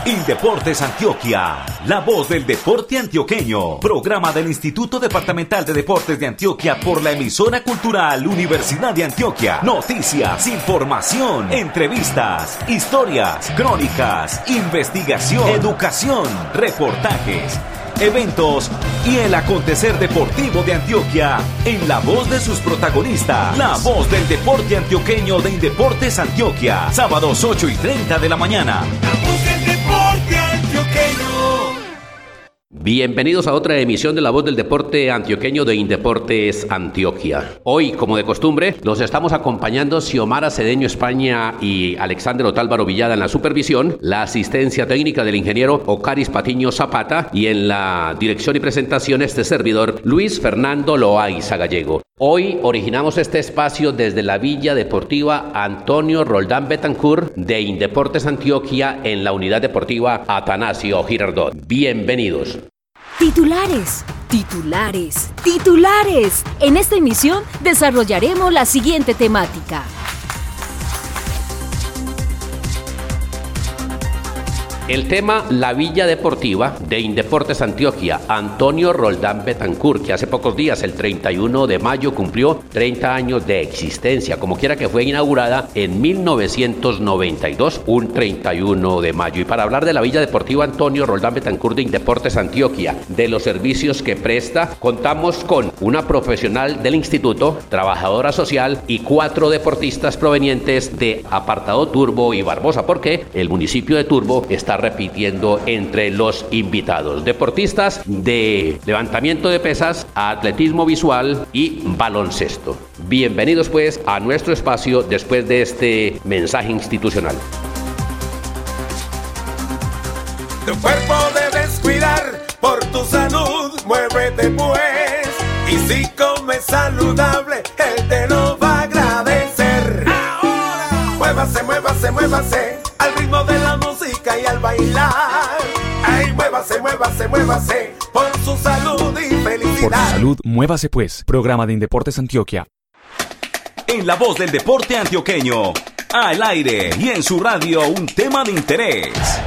Indeportes Antioquia, la voz del deporte antioqueño. Programa del Instituto Departamental de Deportes de Antioquia por la emisora cultural Universidad de Antioquia. Noticias, información, entrevistas, historias, crónicas, investigación, educación, reportajes, eventos y el acontecer deportivo de Antioquia en la voz de sus protagonistas. La voz del deporte antioqueño de Indeportes Antioquia. Sábados 8:30 de la mañana. La voz del deporte antioqueño. Bienvenidos a otra emisión de La Voz del Deporte Antioqueño de Indeportes Antioquia. Hoy, como de costumbre, los estamos acompañando Xiomara Cedeño España y Alexander Otálvaro Villada en la supervisión, la asistencia técnica del ingeniero Ocaris Patiño Zapata y en la dirección y presentación este servidor Luis Fernando Loaiza Gallego. Hoy originamos este espacio desde la Villa Deportiva Antonio Roldán Betancourt de Indeportes Antioquia en la Unidad Deportiva Atanasio Girardot. Bienvenidos. Titulares, titulares, titulares. En esta emisión desarrollaremos la siguiente temática. El tema, la Villa Deportiva de Indeportes Antioquia, Antonio Roldán Betancourt, que hace pocos días, el 31 de mayo, cumplió 30 años de existencia, como quiera que fue inaugurada en 1992, un 31 de mayo. Y para hablar de la Villa Deportiva Antonio Roldán Betancourt de Indeportes Antioquia, de los servicios que presta, contamos con una profesional del instituto, trabajadora social y 4 deportistas provenientes de Apartado Turbo y Barbosa, porque el municipio de Turbo está repitiendo entre los invitados. Deportistas de levantamiento de pesas, atletismo visual y baloncesto. Bienvenidos pues a nuestro espacio después de este mensaje institucional. Tu cuerpo debes cuidar por tu salud, muévete pues. Y si comes saludable, él te lo va a agradecer. Ahora, muévase, muévase, muévase al ritmo de la música y al bailar. Ay, muévase, muévase, muévase por su salud y felicidad. Por su salud, muévase pues. Programa de Indeportes Antioquia. En la voz del deporte antioqueño, al aire y en su radio, un tema de interés.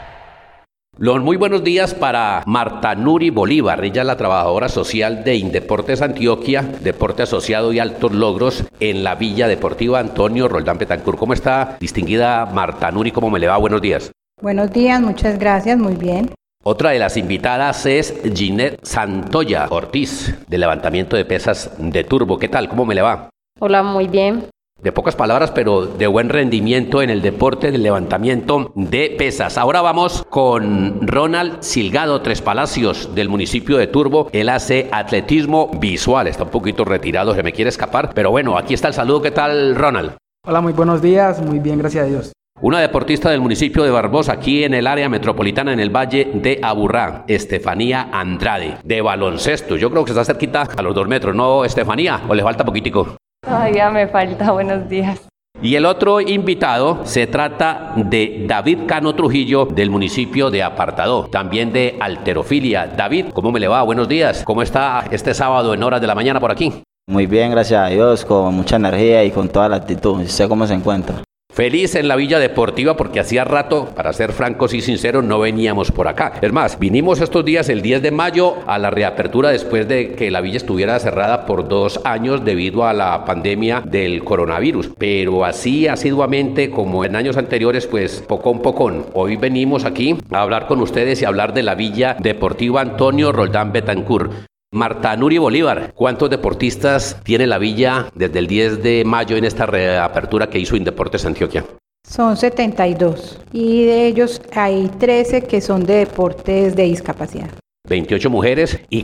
Los muy buenos días para Marta Nuri Bolívar. Ella es la trabajadora social de Indeportes Antioquia, deporte asociado y altos logros en la Villa Deportiva Antonio Roldán Betancourt. ¿Cómo está, distinguida Marta Nuri? ¿Cómo me le va? Buenos días. Buenos días, muchas gracias, muy bien. Otra de las invitadas es Ginette Santoya Ortiz, de levantamiento de pesas de Turbo. ¿Qué tal? ¿Cómo me le va? Hola, muy bien. De pocas palabras, pero de buen rendimiento en el deporte del levantamiento de pesas. Ahora vamos con Ronald Silgado Tres Palacios, del municipio de Turbo. Él hace atletismo visual. Está un poquito retirado, se me quiere escapar. Pero bueno, aquí está el saludo. ¿Qué tal, Ronald? Hola, muy buenos días. Muy bien, gracias a Dios. Una deportista del municipio de Barbosa, aquí en el área metropolitana, en el Valle de Aburrá, Estefanía Andrade, de baloncesto. Yo creo que está cerquita a los 2 metros, ¿no, Estefanía? ¿O le falta poquitico? Todavía me falta, buenos días. Y el otro invitado se trata de David Cano Trujillo, del municipio de Apartado, también de halterofilia. David, ¿cómo me le va? Buenos días. ¿Cómo está este sábado en horas de la mañana por aquí? Muy bien, gracias a Dios, con mucha energía y con toda la actitud. Sé cómo se encuentra. Feliz en la Villa Deportiva porque hacía rato, para ser francos y sinceros, no veníamos por acá. Es más, vinimos estos días, el 10 de mayo, a la reapertura después de que la villa estuviera cerrada por 2 años debido a la pandemia del coronavirus. Pero así asiduamente, como en años anteriores, pues pocón pocón. Hoy venimos aquí a hablar con ustedes y hablar de la Villa Deportiva Antonio Roldán Betancourt. Marta Nuri Bolívar, ¿cuántos deportistas tiene la Villa desde el 10 de mayo en esta reapertura que hizo Indeportes Antioquia? Son 72 y de ellos hay 13 que son de deportes de discapacidad. 28 mujeres y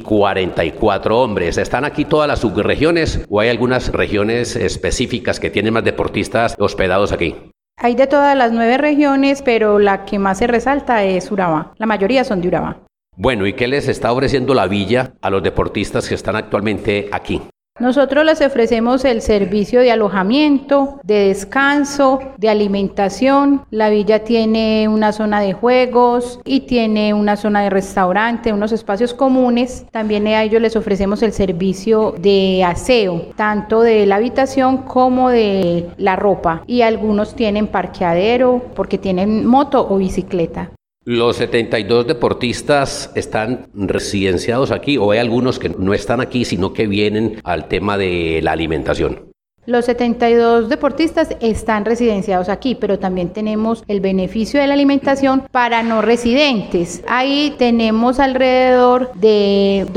44 hombres. ¿Están aquí todas las subregiones o hay algunas regiones específicas que tienen más deportistas hospedados aquí? Hay de todas las 9 regiones, pero la que más se resalta es Urabá. La mayoría son de Urabá. Bueno, ¿y qué les está ofreciendo la Villa a los deportistas que están actualmente aquí? Nosotros les ofrecemos el servicio de alojamiento, de descanso, de alimentación. La villa tiene una zona de juegos y tiene una zona de restaurante, unos espacios comunes. También a ellos les ofrecemos el servicio de aseo, tanto de la habitación como de la ropa. Y algunos tienen parqueadero porque tienen moto o bicicleta. ¿Los 72 deportistas están residenciados aquí o hay algunos que no están aquí, sino que vienen al tema de la alimentación? Los 72 deportistas están residenciados aquí, pero también tenemos el beneficio de la alimentación para no residentes. Ahí tenemos alrededor de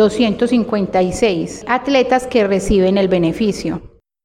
256 atletas que reciben el beneficio.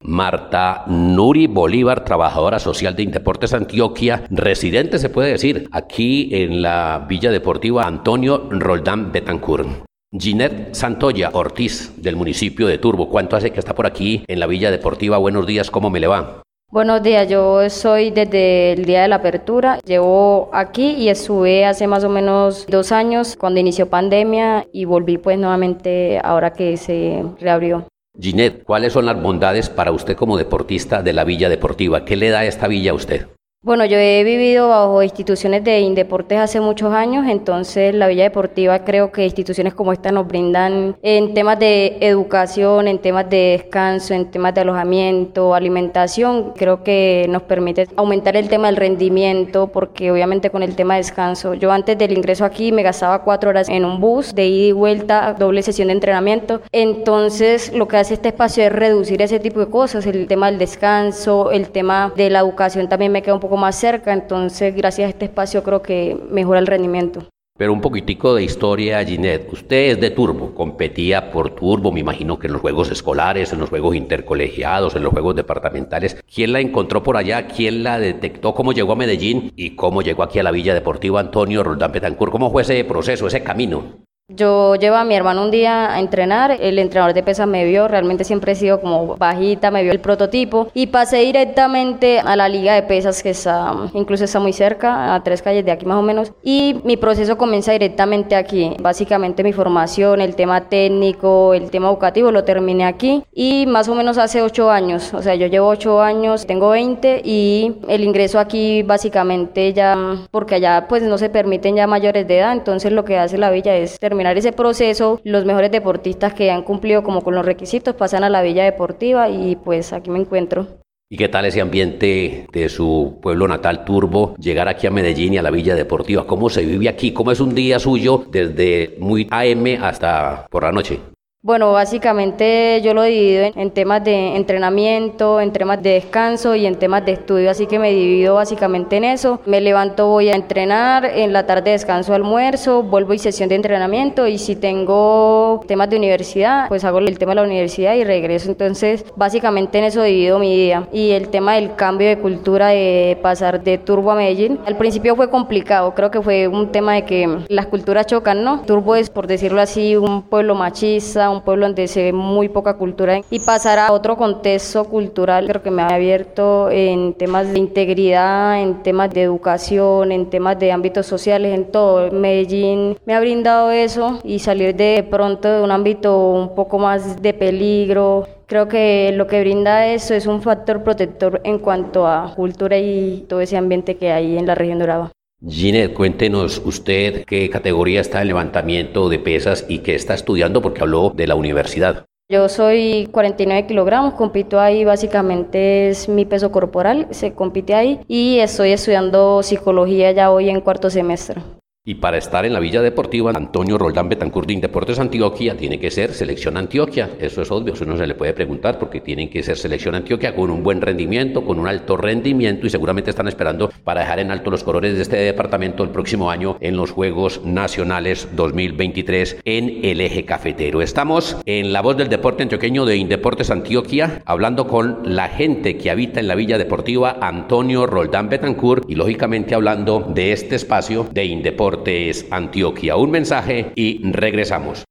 Marta Nuri Bolívar, trabajadora social de Indeportes Antioquia, residente se puede decir, aquí en la Villa Deportiva Antonio Roldán Betancourt. Ginette Santoya Ortiz, del municipio de Turbo, ¿cuánto hace que está por aquí en la Villa Deportiva? Buenos días, ¿cómo me le va? Buenos días, yo soy desde el día de la apertura, llevo aquí y estuve hace más o menos 2 años cuando inició pandemia y volví pues nuevamente ahora que se reabrió. Ginette, ¿cuáles son las bondades para usted como deportista de la Villa Deportiva? ¿Qué le da esta villa a usted? Bueno, yo he vivido bajo instituciones de Indeportes hace muchos años, entonces la Villa Deportiva creo que instituciones como esta nos brindan en temas de educación, en temas de descanso, en temas de alojamiento, alimentación, creo que nos permite aumentar el tema del rendimiento, porque obviamente con el tema de descanso, yo antes del ingreso aquí me gastaba 4 horas en un bus de ida y vuelta, doble sesión de entrenamiento, entonces lo que hace este espacio es reducir ese tipo de cosas, el tema del descanso, el tema de la educación también me queda un poco más cerca, entonces gracias a este espacio creo que mejora el rendimiento. Pero un poquitico de historia, Ginette. Usted es de Turbo, competía por Turbo, me imagino que en los juegos escolares, en los juegos intercolegiados, en los juegos departamentales. ¿Quién la encontró por allá? ¿Quién la detectó? ¿Cómo llegó a Medellín? ¿Y cómo llegó aquí a la Villa Deportiva Antonio Roldán Betancourt? ¿Cómo fue ese proceso, ese camino? Yo llevo a mi hermano un día a entrenar, el entrenador de pesas me vio, realmente siempre he sido como bajita, me vio el prototipo y pasé directamente a la liga de pesas que incluso está muy cerca, a 3 calles de aquí más o menos, y mi proceso comienza directamente aquí. Básicamente mi formación, el tema técnico, el tema educativo lo terminé aquí y más o menos hace 8 años, o sea, yo llevo 8 años, tengo 20 y el ingreso aquí básicamente ya, porque allá pues no se permiten ya mayores de edad, entonces lo que hace la Villa es terminar ese proceso, los mejores deportistas que han cumplido como con los requisitos pasan a la Villa Deportiva y pues aquí me encuentro. ¿Y qué tal ese ambiente de su pueblo natal, Turbo, llegar aquí a Medellín y a la Villa Deportiva? ¿Cómo se vive aquí? ¿Cómo es un día suyo desde muy AM hasta por la noche? Bueno, básicamente yo lo divido en temas de entrenamiento, en temas de descanso y en temas de estudio, así que me divido básicamente en eso. Me levanto, voy a entrenar, en la tarde descanso, almuerzo, vuelvo y sesión de entrenamiento y si tengo temas de universidad, pues hago el tema de la universidad y regreso. Entonces, básicamente en eso divido mi día. Y el tema del cambio de cultura de pasar de Turbo a Medellín, al principio fue complicado, creo que fue un tema de que las culturas chocan, ¿no? Turbo es, por decirlo así, un pueblo machista, un pueblo donde se ve muy poca cultura y pasar a otro contexto cultural creo que me ha abierto en temas de integridad, en temas de educación, en temas de ámbitos sociales, en todo. Medellín me ha brindado eso y salir de pronto de un ámbito un poco más de peligro. Creo que lo que brinda eso es un factor protector en cuanto a cultura y todo ese ambiente que hay en la región de Urabá. Ginette, cuéntenos usted qué categoría está en levantamiento de pesas y qué está estudiando porque habló de la universidad. Yo soy 49 kilogramos, compito ahí, básicamente es mi peso corporal, se compite ahí y estoy estudiando psicología ya hoy en 4º semestre. Y para estar en la Villa Deportiva Antonio Roldán Betancourt de Indeportes Antioquia tiene que ser Selección Antioquia, eso es obvio, eso no se le puede preguntar porque tienen que ser Selección Antioquia con un buen rendimiento, con un alto rendimiento y seguramente están esperando para dejar en alto los colores de este departamento el próximo año en los Juegos Nacionales 2023 en el Eje Cafetero. Estamos en La Voz del Deporte Antioqueño de Indeportes Antioquia hablando con la gente que habita en la Villa Deportiva Antonio Roldán Betancourt y lógicamente hablando de este espacio de Indeportes Antioquia. Un mensaje y regresamos.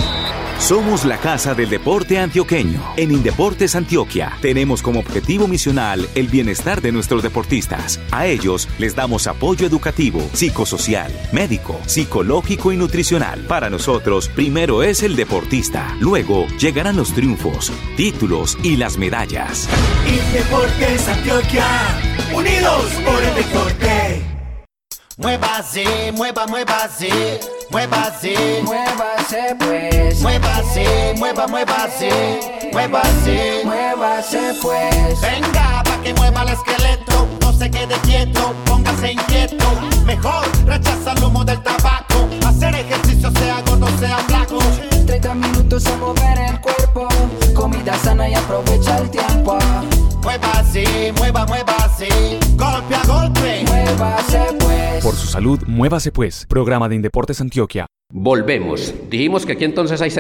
Somos la casa del deporte antioqueño. En Indeportes Antioquia tenemos como objetivo misional el bienestar de nuestros deportistas. A ellos les damos apoyo educativo, psicosocial, médico, psicológico y nutricional. Para nosotros, primero es el deportista. Luego llegarán los triunfos, títulos y las medallas. Indeportes Antioquia, unidos por el deporte. Muévase, muévase, muévase, muévase pues, muévase, muévase, muévase pues. Venga, pa' que mueva el esqueleto, no se quede quieto, ponga mantenerse inquieto. Mejor rechaza el humo del tabaco. Hacer ejercicio, sea gordo, sea flaco. 30 minutos a mover el cuerpo. Comida sana y aprovecha el tiempo. Muévase, muévase. Golpe a golpe. Muévase pues. Por su salud, muévase pues. Programa de Indeportes Antioquia. Volvemos. Dijimos que aquí entonces hay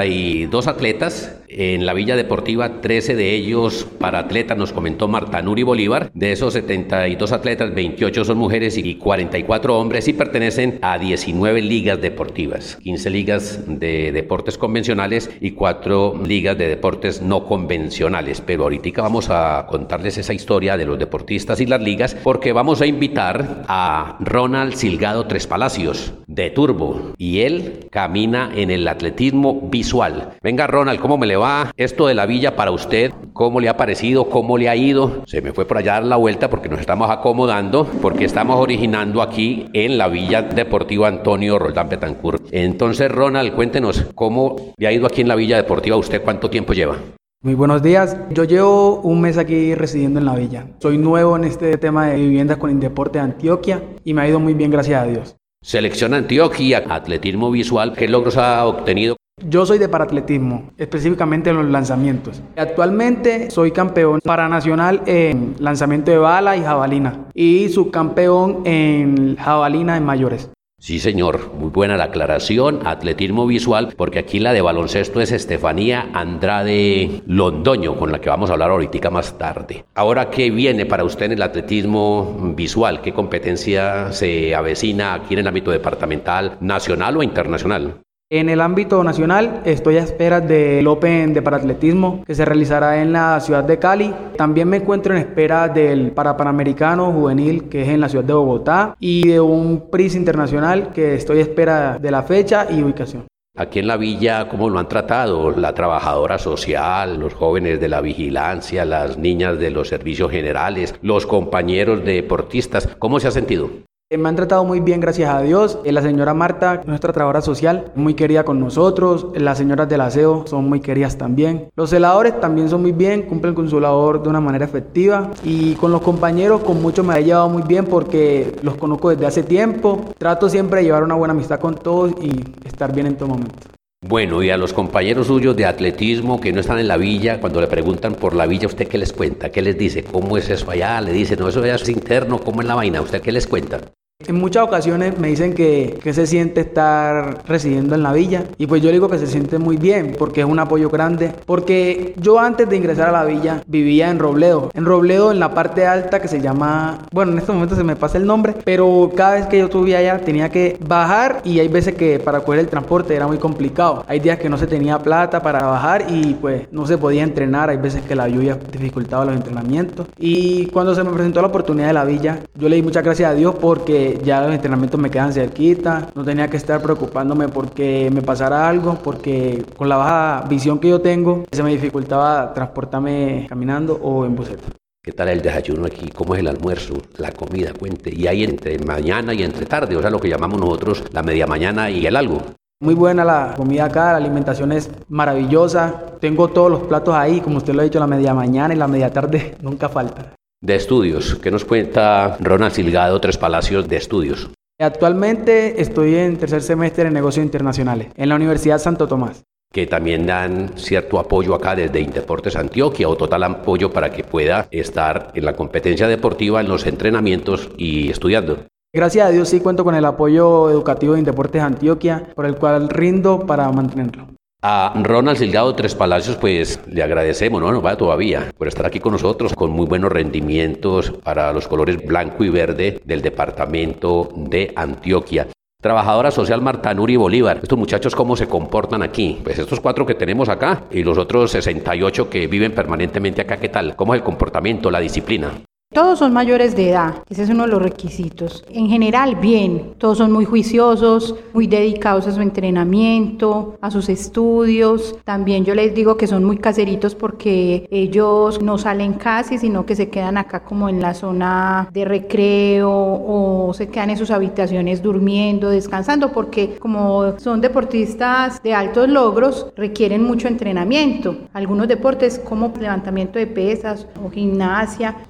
72 atletas en la Villa Deportiva, 13 de ellos para atletas, nos comentó Marta Nuri Bolívar. De esos 72 atletas, 28 son mujeres y 44 hombres y pertenecen a 19 ligas deportivas, 15 ligas de deportes convencionales y 4 ligas de deportes no convencionales. Pero ahorita vamos a contarles esa historia de los deportistas y las ligas porque vamos a invitar a Ronald Silgado Tres Palacios de Turbo y él camina en el atletismo visual. Venga, Ronald, ¿cómo me le va esto de la villa para usted? ¿Cómo le ha parecido? ¿Cómo le ha ido? Se me fue por allá a dar la vuelta porque nos estamos acomodando, porque estamos originando aquí en la Villa Deportiva Antonio Roldán Betancourt. Entonces, Ronald, cuéntenos, ¿cómo le ha ido aquí en la Villa Deportiva? ¿Usted cuánto tiempo lleva? Muy buenos días. Yo llevo un mes aquí residiendo en la villa. Soy nuevo en este tema de viviendas con Indeporte de Antioquia y me ha ido muy bien, gracias a Dios. Selección Antioquia, atletismo visual, ¿qué logros ha obtenido? Yo soy de paraatletismo, específicamente en los lanzamientos. Actualmente soy campeón paranacional en lanzamiento de bala y jabalina y subcampeón en jabalina en mayores. Sí, señor, muy buena la aclaración, atletismo visual, porque aquí la de baloncesto es Estefanía Andrade Londoño, con la que vamos a hablar ahorita más tarde. Ahora, ¿qué viene para usted en el atletismo visual? ¿Qué competencia se avecina aquí en el ámbito departamental, nacional o internacional? En el ámbito nacional estoy a espera del Open de Paraatletismo que se realizará en la ciudad de Cali. También me encuentro en espera del Panamericano Juvenil que es en la ciudad de Bogotá y de un PRIS internacional que estoy a espera de la fecha y ubicación. Aquí en la villa, ¿cómo lo han tratado? La trabajadora social, los jóvenes de la vigilancia, las niñas de los servicios generales, los compañeros deportistas, ¿cómo se ha sentido? Me han tratado muy bien, gracias a Dios. La señora Marta, nuestra trabajadora social, muy querida con nosotros. Las señoras del aseo son muy queridas también. Los celadores también son muy bien, cumplen con su labor de una manera efectiva. Y con los compañeros, con muchos me he llevado muy bien porque los conozco desde hace tiempo. Trato siempre de llevar una buena amistad con todos y estar bien en todo momento. Bueno, y a los compañeros suyos de atletismo que no están en la villa, cuando le preguntan por la villa, ¿usted qué les cuenta? ¿Qué les dice? ¿Cómo es eso allá? Le dice, no, eso allá es interno, ¿cómo es la vaina? ¿Usted qué les cuenta? En muchas ocasiones me dicen que se siente estar residiendo en la villa y pues yo digo que se siente muy bien porque es un apoyo grande, porque yo antes de ingresar a la villa vivía en Robledo en la parte alta que se llama, bueno, en este momento se me pasa el nombre, pero cada vez que yo subía allá tenía que bajar y hay veces que para coger el transporte era muy complicado, hay días que no se tenía plata para bajar y pues no se podía entrenar, hay veces que la lluvia dificultaba los entrenamientos y cuando se me presentó la oportunidad de la villa yo le di muchas gracias a Dios porque ya los entrenamientos me quedan cerquita, no tenía que estar preocupándome porque me pasara algo, porque con la baja visión que yo tengo se me dificultaba transportarme caminando o en buseta. ¿Qué tal el desayuno aquí? ¿Cómo es el almuerzo? La comida, cuente. Y hay entre mañana y entre tarde, o sea, lo que llamamos nosotros la media mañana y el algo. Muy buena la comida acá, la alimentación es maravillosa, tengo todos los platos ahí, como usted lo ha dicho, la media mañana y la media tarde nunca falta. De estudios, ¿qué nos cuenta Ronald Silgado Tres Palacios de estudios? Actualmente estoy en tercer semestre en negocios internacionales en la Universidad Santo Tomás. Que también dan cierto apoyo acá desde Indeportes Antioquia o total apoyo para que pueda estar en la competencia deportiva, en los entrenamientos y estudiando. Gracias a Dios sí cuento con el apoyo educativo de Indeportes Antioquia, por el cual rindo para mantenerlo. A Ronald Silgado Tres Palacios, pues le agradecemos, no va todavía, por estar aquí con nosotros, con muy buenos rendimientos para los colores blanco y verde del departamento de Antioquia. Trabajadora social Marta Nuri Bolívar, estos muchachos cómo se comportan aquí, pues estos 4 que tenemos acá y los otros 68 que viven permanentemente acá, ¿qué tal? ¿Cómo es el comportamiento, la disciplina? Todos son mayores de edad, ese es uno de los requisitos. En general, bien, todos son muy juiciosos, muy dedicados a su entrenamiento, a sus estudios. También yo les digo que son muy caseritos porque ellos no salen casi, sino que se quedan acá como en la zona de recreo o se quedan en sus habitaciones durmiendo, descansando, porque como son deportistas de altos logros, requieren mucho entrenamiento. Algunos deportes como levantamiento de pesas o gimnasia, entre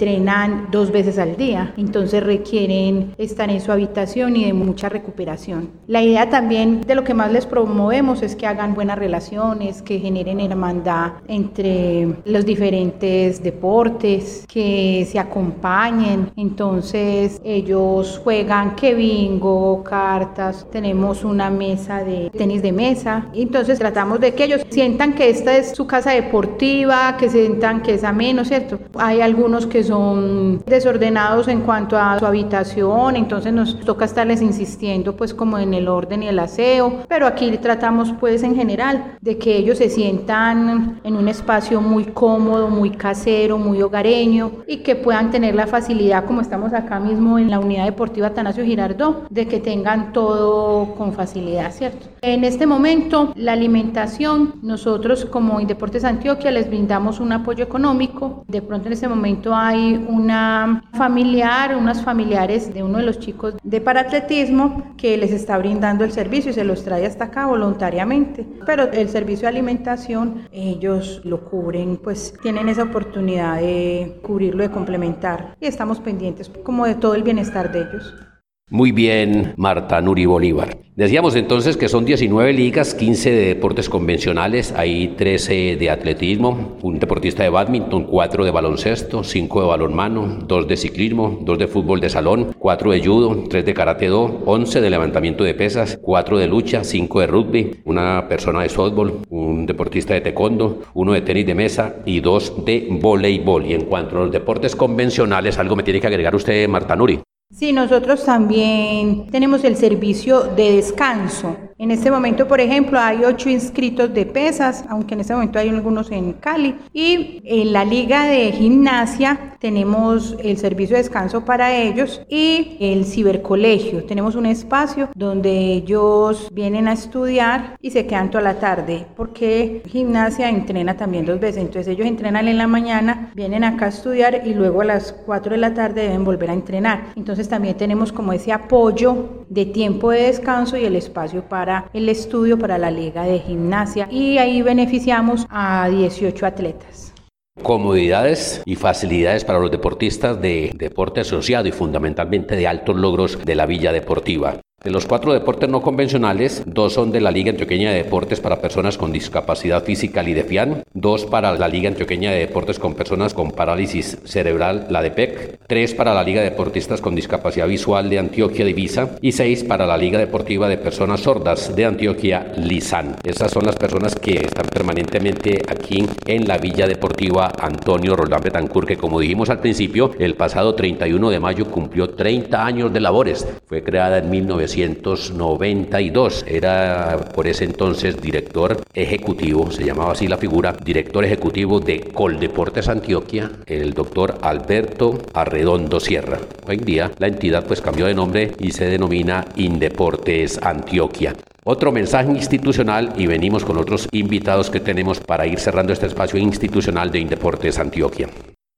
entrenan 2 veces al día, entonces requieren estar en su habitación y de mucha recuperación. La idea también de lo que más les promovemos es que hagan buenas relaciones, que generen hermandad entre los diferentes deportes, que se acompañen. Entonces ellos juegan que bingo, cartas, tenemos una mesa de tenis de mesa, entonces tratamos de que ellos sientan que esta es su casa deportiva, que sientan que es ameno, ¿cierto? Hay algunos que son desordenados en cuanto a su habitación, entonces nos toca estarles insistiendo pues como en el orden y el aseo, pero aquí tratamos pues en general de que ellos se sientan en un espacio muy cómodo, muy casero, muy hogareño y que puedan tener la facilidad, como estamos acá mismo en la unidad deportiva Atanasio Girardot, de que tengan todo con facilidad, ¿cierto? En este momento la alimentación, nosotros como Indeportes Antioquia les brindamos un apoyo económico. De pronto en este momento hay unos familiares de uno de los chicos de paratletismo que les está brindando el servicio y se los trae hasta acá voluntariamente, pero el servicio de alimentación ellos lo cubren, pues tienen esa oportunidad de cubrirlo, de complementar, y estamos pendientes como de todo el bienestar de ellos. Muy bien, Marta Nuri Bolívar. Decíamos entonces que son 19 ligas, 15 de deportes convencionales, hay 13 de atletismo, un deportista de bádminton, 4 de baloncesto, 5 de balonmano, 2 de ciclismo, 2 de fútbol de salón, 4 de judo, 3 de karate do, 11 de levantamiento de pesas, 4 de lucha, 5 de rugby, una persona de softball, un deportista de taekwondo, 1 de tenis de mesa y 2 de voleibol. Y en cuanto a los deportes convencionales, algo me tiene que agregar usted, Marta Nuri. Sí, nosotros también tenemos el servicio de descanso. En este momento, por ejemplo, hay 8 inscritos de pesas, aunque en este momento hay algunos en Cali. Y en la liga de gimnasia tenemos el servicio de descanso para ellos y el cibercolegio. Tenemos un espacio donde ellos vienen a estudiar y se quedan toda la tarde, porque gimnasia entrena también 2 veces. Entonces ellos entrenan en la mañana, vienen acá a estudiar y luego a las 4 de la tarde deben volver a entrenar. Entonces también tenemos como ese apoyo de tiempo de descanso y el espacio para el estudio para la liga de gimnasia, y ahí beneficiamos a 18 atletas. Comodidades y facilidades para los deportistas de deporte asociado y fundamentalmente de altos logros de la Villa Deportiva. De los 4 deportes no convencionales, 2 son de la Liga Antioqueña de Deportes para Personas con Discapacidad Física, LIDEFIAN, 2 para la Liga Antioqueña de Deportes con Personas con Parálisis Cerebral, la DEPEC, 3 para la Liga de Deportistas con Discapacidad Visual de Antioquia, Divisa, y 6 para la Liga Deportiva de Personas Sordas de Antioquia, LISAN. Esas son las personas que están permanentemente aquí en la Villa Deportiva Antonio Roldán Betancourt, que como dijimos al principio, el pasado 31 de mayo cumplió 30 años de labores. Fue creada en 1992. Era por ese entonces director ejecutivo, se llamaba así la figura, director ejecutivo de Coldeportes Antioquia, el doctor Alberto Arredondo Sierra. Hoy en día la entidad pues cambió de nombre y se denomina Indeportes Antioquia. Otro mensaje institucional, y venimos con otros invitados que tenemos para ir cerrando este espacio institucional de Indeportes Antioquia.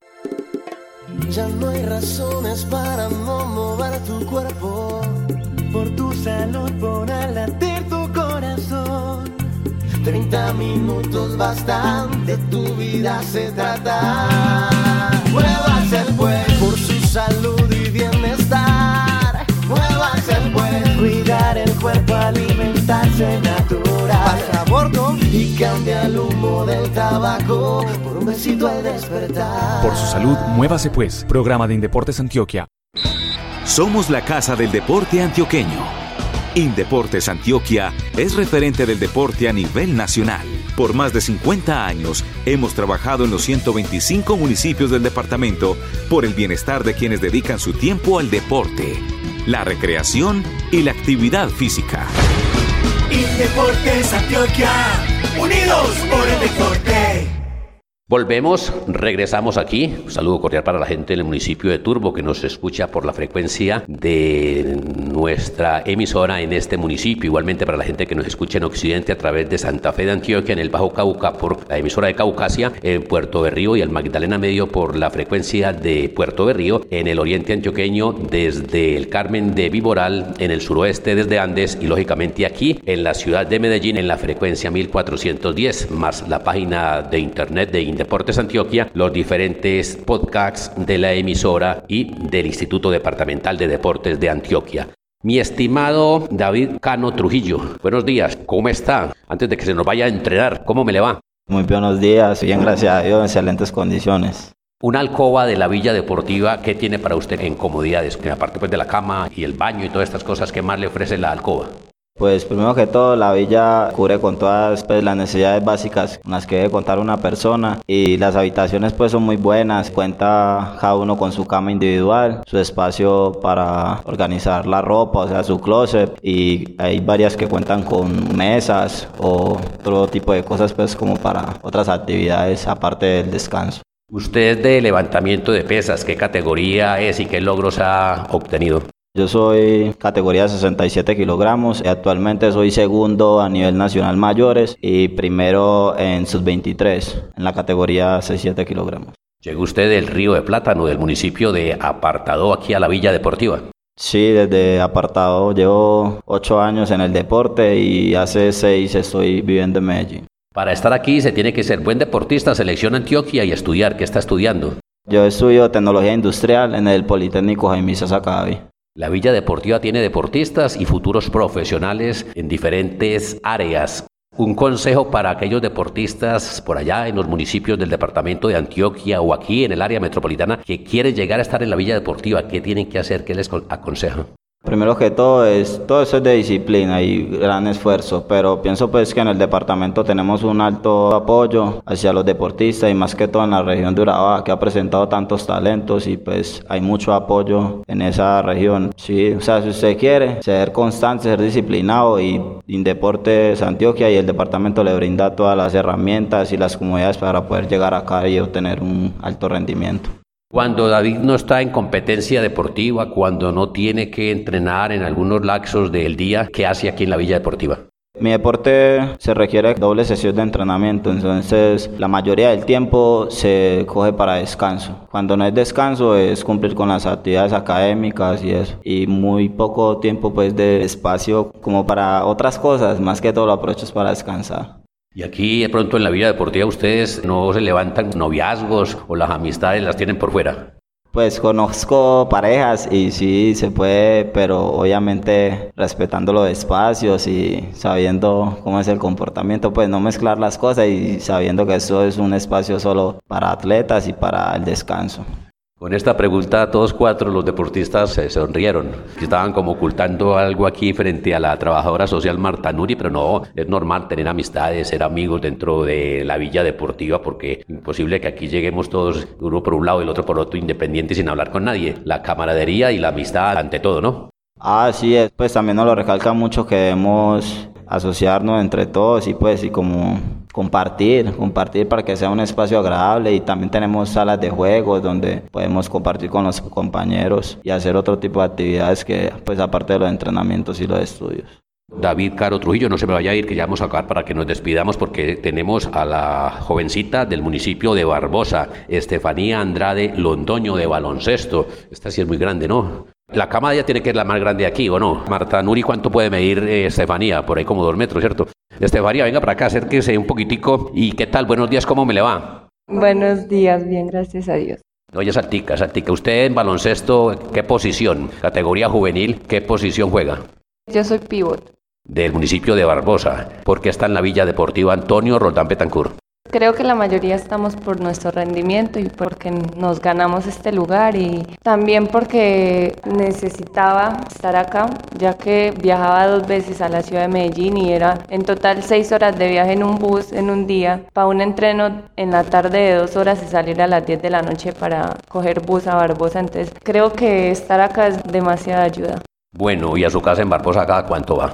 Ya no hay razones para no mover tu cuerpo, por tu salud, por al latir tu corazón. 30 minutos bastan, de tu vida se trata. Muévase pues, por su salud y bienestar. Muévase pues, cuidar el cuerpo, alimentarse natural. Pasa a bordo y cambia el humo del tabaco por un besito al despertar. Por su salud, muévase pues. Programa de Indeportes Antioquia. Somos la casa del deporte antioqueño. Indeportes Antioquia es referente del deporte a nivel nacional. Por más de 50 años hemos trabajado en los 125 municipios del departamento por el bienestar de quienes dedican su tiempo al deporte, la recreación y la actividad física. Indeportes Antioquia, unidos por el deporte. Volvemos, regresamos aquí. Un saludo cordial para la gente del municipio de Turbo que nos escucha por la frecuencia de nuestra emisora en este municipio. Igualmente para la gente que nos escucha en Occidente a través de Santa Fe de Antioquia, en el Bajo Cauca por la emisora de Caucasia, en Puerto Berrío, y el Magdalena Medio por la frecuencia de Puerto Berrío, en el oriente antioqueño desde el Carmen de Viboral, en el suroeste desde Andes, y lógicamente aquí en la ciudad de Medellín en la frecuencia 1410, más la página de internet de Indeportes Antioquia los diferentes podcasts de la emisora y del Instituto Departamental de Deportes de Antioquia. Mi estimado David Cano Trujillo, buenos días, ¿cómo está? Antes de que se nos vaya a entrenar, ¿cómo me le va? Muy buenos días, bien, gracias a Dios, excelentes condiciones. Una alcoba de la Villa Deportiva, ¿qué tiene para usted en comodidades? Que aparte pues de la cama y el baño y todas estas cosas, ¿qué más le ofrece la alcoba? Pues primero que todo, la villa cubre con todas pues, las necesidades básicas con las que debe contar una persona, y las habitaciones pues son muy buenas. Cuenta cada uno con su cama individual, su espacio para organizar la ropa, o sea, su closet, y hay varias que cuentan con mesas o otro tipo de cosas pues como para otras actividades aparte del descanso. Usted es de levantamiento de pesas, ¿qué categoría es y qué logros ha obtenido? Yo soy categoría 67 kilogramos y actualmente soy segundo a nivel nacional mayores y primero en sub-23 en la categoría 67 kilogramos. ¿Llegó usted del Río de Plátano, del municipio de Apartadó, aquí a la Villa Deportiva? Sí, desde Apartadó llevo 8 años en el deporte y hace 6 estoy viviendo en Medellín. Para estar aquí se tiene que ser buen deportista, selección Antioquia y estudiar. ¿Qué está estudiando? Yo estudio tecnología industrial en el Politécnico Jaime Sacadaví. La Villa Deportiva tiene deportistas y futuros profesionales en diferentes áreas. Un consejo para aquellos deportistas por allá en los municipios del departamento de Antioquia o aquí en el área metropolitana que quieren llegar a estar en la Villa Deportiva. ¿Qué tienen que hacer? ¿Qué les aconseja? Primero que todo eso es de disciplina y gran esfuerzo, pero pienso pues que en el departamento tenemos un alto apoyo hacia los deportistas y más que todo en la región de Urabá, que ha presentado tantos talentos y pues hay mucho apoyo en esa región. Sí, o sea, si usted quiere ser constante, ser disciplinado, y Indeportes Antioquia y el departamento le brinda todas las herramientas y las comodidades para poder llegar acá y obtener un alto rendimiento. Cuando David no está en competencia deportiva, cuando no tiene que entrenar en algunos lapsos del día, ¿qué hace aquí en la Villa Deportiva? Mi deporte se requiere doble sesión de entrenamiento, entonces la mayoría del tiempo se coge para descanso. Cuando no es descanso es cumplir con las actividades académicas y eso, y muy poco tiempo pues de espacio como para otras cosas, más que todo lo aprovecho para descansar. Y aquí de pronto en la Villa Deportiva ustedes no se levantan noviazgos o las amistades las tienen por fuera. Pues conozco parejas y sí se puede, pero obviamente respetando los espacios y sabiendo cómo es el comportamiento, pues no mezclar las cosas y sabiendo que esto es un espacio solo para atletas y para el descanso. Con esta pregunta todos cuatro los deportistas se sonrieron. Estaban como ocultando algo aquí frente a la trabajadora social Marta Nuri, pero no, es normal tener amistades, ser amigos dentro de la Villa Deportiva, porque es imposible que aquí lleguemos todos, uno por un lado y el otro por otro, independientes sin hablar con nadie. La camaradería y la amistad ante todo, ¿no? Sí, pues también nos lo recalca mucho que debemos asociarnos entre todos y pues y como compartir para que sea un espacio agradable, y también tenemos salas de juegos donde podemos compartir con los compañeros y hacer otro tipo de actividades que pues aparte de los entrenamientos y los estudios. David Caro Trujillo, no se me vaya a ir, que ya vamos a acabar para que nos despidamos porque tenemos a la jovencita del municipio de Barbosa, Estefanía Andrade Londoño, de baloncesto. Esta sí es muy grande, ¿no? La cama ya tiene que ser la más grande aquí, ¿o no? Marta Nuri, ¿cuánto puede medir Estefanía? Por ahí como 2 metros, ¿cierto? Estefanía, venga para acá, acérquese un poquitico. ¿Y qué tal? Buenos días, ¿cómo me le va? Buenos días, bien, gracias a Dios. Oye, Saltica, usted en baloncesto, ¿qué posición? Categoría juvenil, ¿qué posición juega? Yo soy pívot. Del municipio de Barbosa. ¿Por qué está en la Villa Deportiva Antonio Roldán Betancourt? Creo que la mayoría estamos por nuestro rendimiento y porque nos ganamos este lugar, y también porque necesitaba estar acá, ya que viajaba 2 veces a la ciudad de Medellín y era en total 6 horas de viaje en un bus en un día, para un entreno en la tarde de 2 horas y salir a las 10 de la noche para coger bus a Barbosa. Entonces creo que estar acá es demasiada ayuda. Bueno, ¿y a su casa en Barbosa cada cuánto va?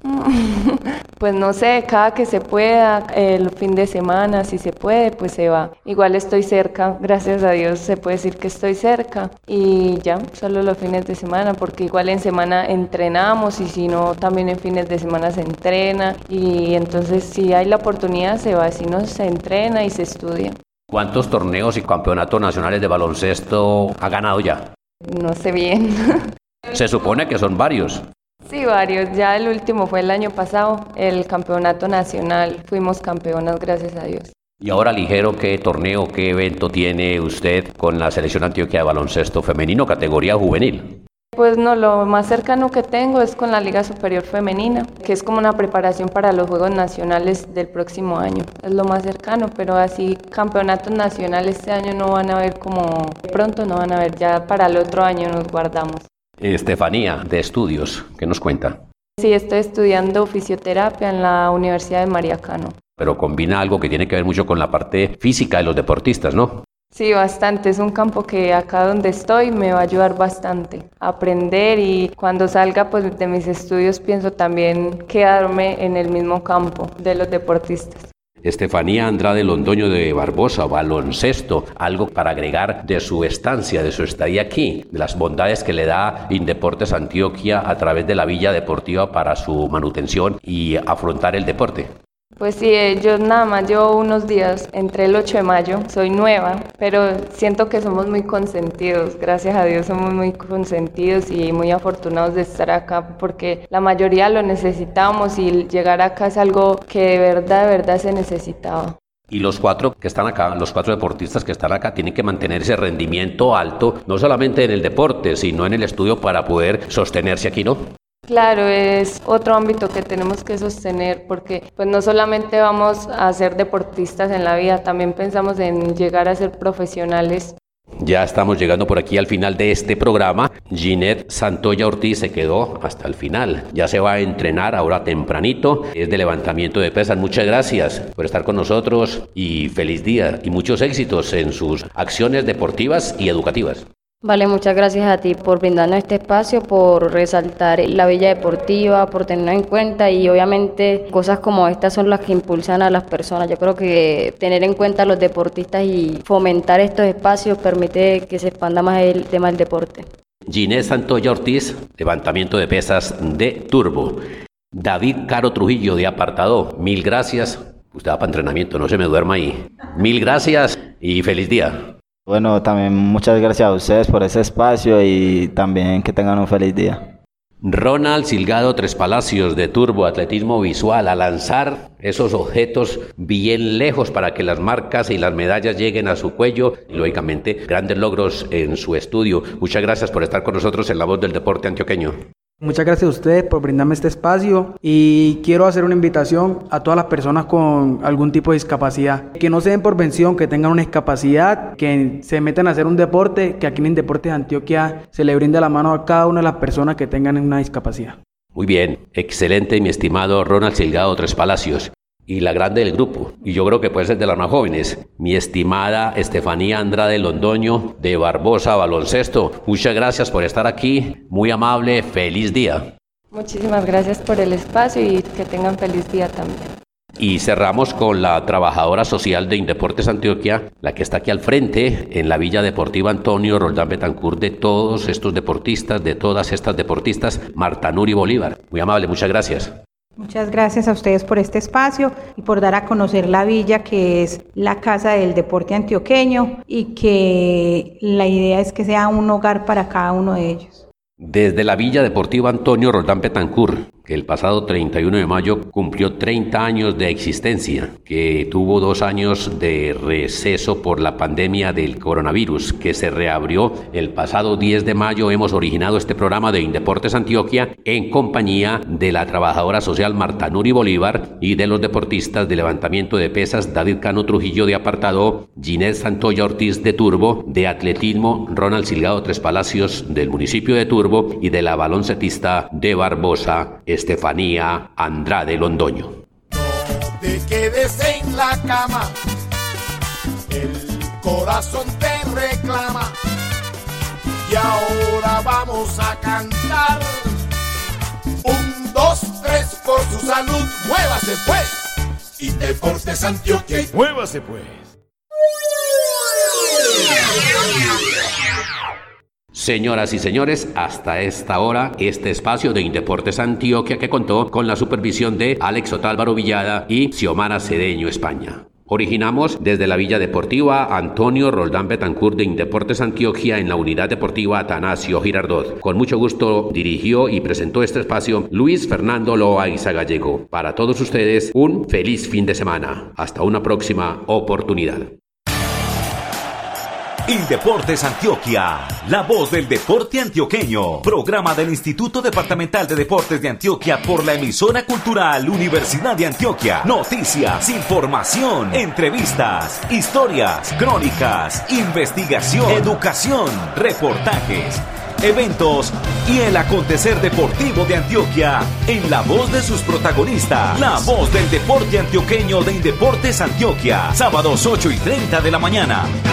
Pues no sé, cada que se pueda, el fin de semana, si se puede, pues se va. Igual estoy cerca, gracias a Dios se puede decir que estoy cerca, y ya, solo los fines de semana, porque igual en semana entrenamos y si no, también en fines de semana se entrena, y entonces si hay la oportunidad se va, si no se entrena y se estudia. ¿Cuántos torneos y campeonatos nacionales de baloncesto ha ganado ya? No sé bien. Se supone que son varios. Sí, varios. Ya el último fue el año pasado, el campeonato nacional. Fuimos campeonas, gracias a Dios. Y ahora ligero, ¿qué torneo, qué evento tiene usted con la Selección Antioquia de baloncesto femenino, categoría juvenil? Pues no, lo más cercano que tengo es con la Liga Superior Femenina, que es como una preparación para los Juegos Nacionales del próximo año. Es lo más cercano, pero así campeonatos nacionales este año no van a haber, como pronto no van a haber, ya para el otro año nos guardamos. Estefanía, de estudios, ¿qué nos cuenta? Sí, estoy estudiando fisioterapia en la Universidad de María Cano. Pero combina algo que tiene que ver mucho con la parte física de los deportistas, ¿no? Sí, bastante. Es un campo que acá donde estoy me va a ayudar bastante a aprender, y cuando salga pues de mis estudios pienso también quedarme en el mismo campo de los deportistas. Estefanía Andrade Londoño de Barbosa, baloncesto, algo para agregar de su estancia, de su estadía aquí, de las bondades que le da Indeportes Antioquia a través de la Villa Deportiva para su manutención y afrontar el deporte. Pues sí, yo nada más llevo unos días, entre el 8 de mayo, soy nueva, pero siento que somos muy consentidos, gracias a Dios somos muy consentidos y muy afortunados de estar acá, porque la mayoría lo necesitamos y llegar acá es algo que de verdad se necesitaba. Y los cuatro que están acá, los cuatro deportistas que están acá, tienen que mantener ese rendimiento alto, no solamente en el deporte, sino en el estudio para poder sostenerse aquí, ¿no? Claro, es otro ámbito que tenemos que sostener, porque pues no solamente vamos a ser deportistas en la vida, también pensamos en llegar a ser profesionales. Ya estamos llegando por aquí al final de este programa. Ginette Santoya Ortiz se quedó hasta el final. Ya se va a entrenar ahora tempranito. Es de levantamiento de pesas. Muchas gracias por estar con nosotros y feliz día y muchos éxitos en sus acciones deportivas y educativas. Vale, muchas gracias a ti por brindarnos este espacio, por resaltar la Villa Deportiva, por tenernos en cuenta, y obviamente cosas como estas son las que impulsan a las personas. Yo creo que tener en cuenta a los deportistas y fomentar estos espacios permite que se expanda más el tema del deporte. Ginette Santoya Ortiz, levantamiento de pesas de turbo. David Caro Trujillo de apartado, 1000 gracias. Usted va para entrenamiento, no se me duerma ahí. 1000 gracias y feliz día. Bueno, también muchas gracias a ustedes por ese espacio y también que tengan un feliz día. Ronald Silgado Tres Palacios de Turbo Atletismo Visual, a lanzar esos objetos bien lejos para que las marcas y las medallas lleguen a su cuello y lógicamente grandes logros en su estudio. Muchas gracias por estar con nosotros en La Voz del Deporte Antioqueño. Muchas gracias a ustedes por brindarme este espacio, y quiero hacer una invitación a todas las personas con algún tipo de discapacidad. Que no se den por vencidos, que tengan una discapacidad, que se metan a hacer un deporte, que aquí en Indeportes Antioquia se le brinde la mano a cada una de las personas que tengan una discapacidad. Muy bien, excelente, mi estimado Ronald Silgado Tres Palacios. Y la grande del grupo, y yo creo que puede ser de las más jóvenes, mi estimada Estefanía Andrade Londoño de Barbosa Baloncesto. Muchas gracias por estar aquí, muy amable, feliz día. Muchísimas gracias por el espacio y que tengan feliz día también. Y cerramos con la trabajadora social de Indeportes Antioquia, la que está aquí al frente en la Villa Deportiva Antonio Roldán Betancourt, de todos estos deportistas, de todas estas deportistas, Marta Nuri Bolívar. Muy amable, muchas gracias. Muchas gracias a ustedes por este espacio y por dar a conocer la villa, que es la casa del deporte antioqueño, y que la idea es que sea un hogar para cada uno de ellos. Desde la Villa Deportiva Antonio Roldán Betancourt, que el pasado 31 de mayo cumplió 30 años de existencia, que tuvo 2 años de receso por la pandemia del coronavirus, que se reabrió el pasado 10 de mayo, hemos originado este programa de Indeportes Antioquia en compañía de la trabajadora social Marta Nuri Bolívar y de los deportistas de levantamiento de pesas David Cano Trujillo de apartado, Ginette Santoya Ortiz de turbo, de atletismo Ronald Silgado Tres Palacios del municipio de Turbo y de la baloncetista de Barbosa, Estefanía Andrade Londoño. No te quedes en la cama, el corazón te reclama. Y ahora vamos a cantar. 1, 2, 3 por su salud. Muévase pues. Y Deportes Antioquia. Muévase pues. Señoras y señores, hasta esta hora, este espacio de Indeportes Antioquia, que contó con la supervisión de Alex Otálvaro Villada y Xiomara Cedeño España. Originamos desde la Villa Deportiva Antonio Roldán Betancourt de Indeportes Antioquia en la Unidad Deportiva Atanasio Girardot. Con mucho gusto dirigió y presentó este espacio Luis Fernando Loaiza Gallego. Para todos ustedes, un feliz fin de semana. Hasta una próxima oportunidad. Indeportes Antioquia, la voz del deporte antioqueño. Programa del Instituto Departamental de Deportes de Antioquia por la emisora cultural Universidad de Antioquia. Noticias, información, entrevistas, historias, crónicas, investigación, educación, reportajes, eventos y el acontecer deportivo de Antioquia en la voz de sus protagonistas. La voz del deporte antioqueño de Indeportes Antioquia. Sábados 8:30 de la mañana.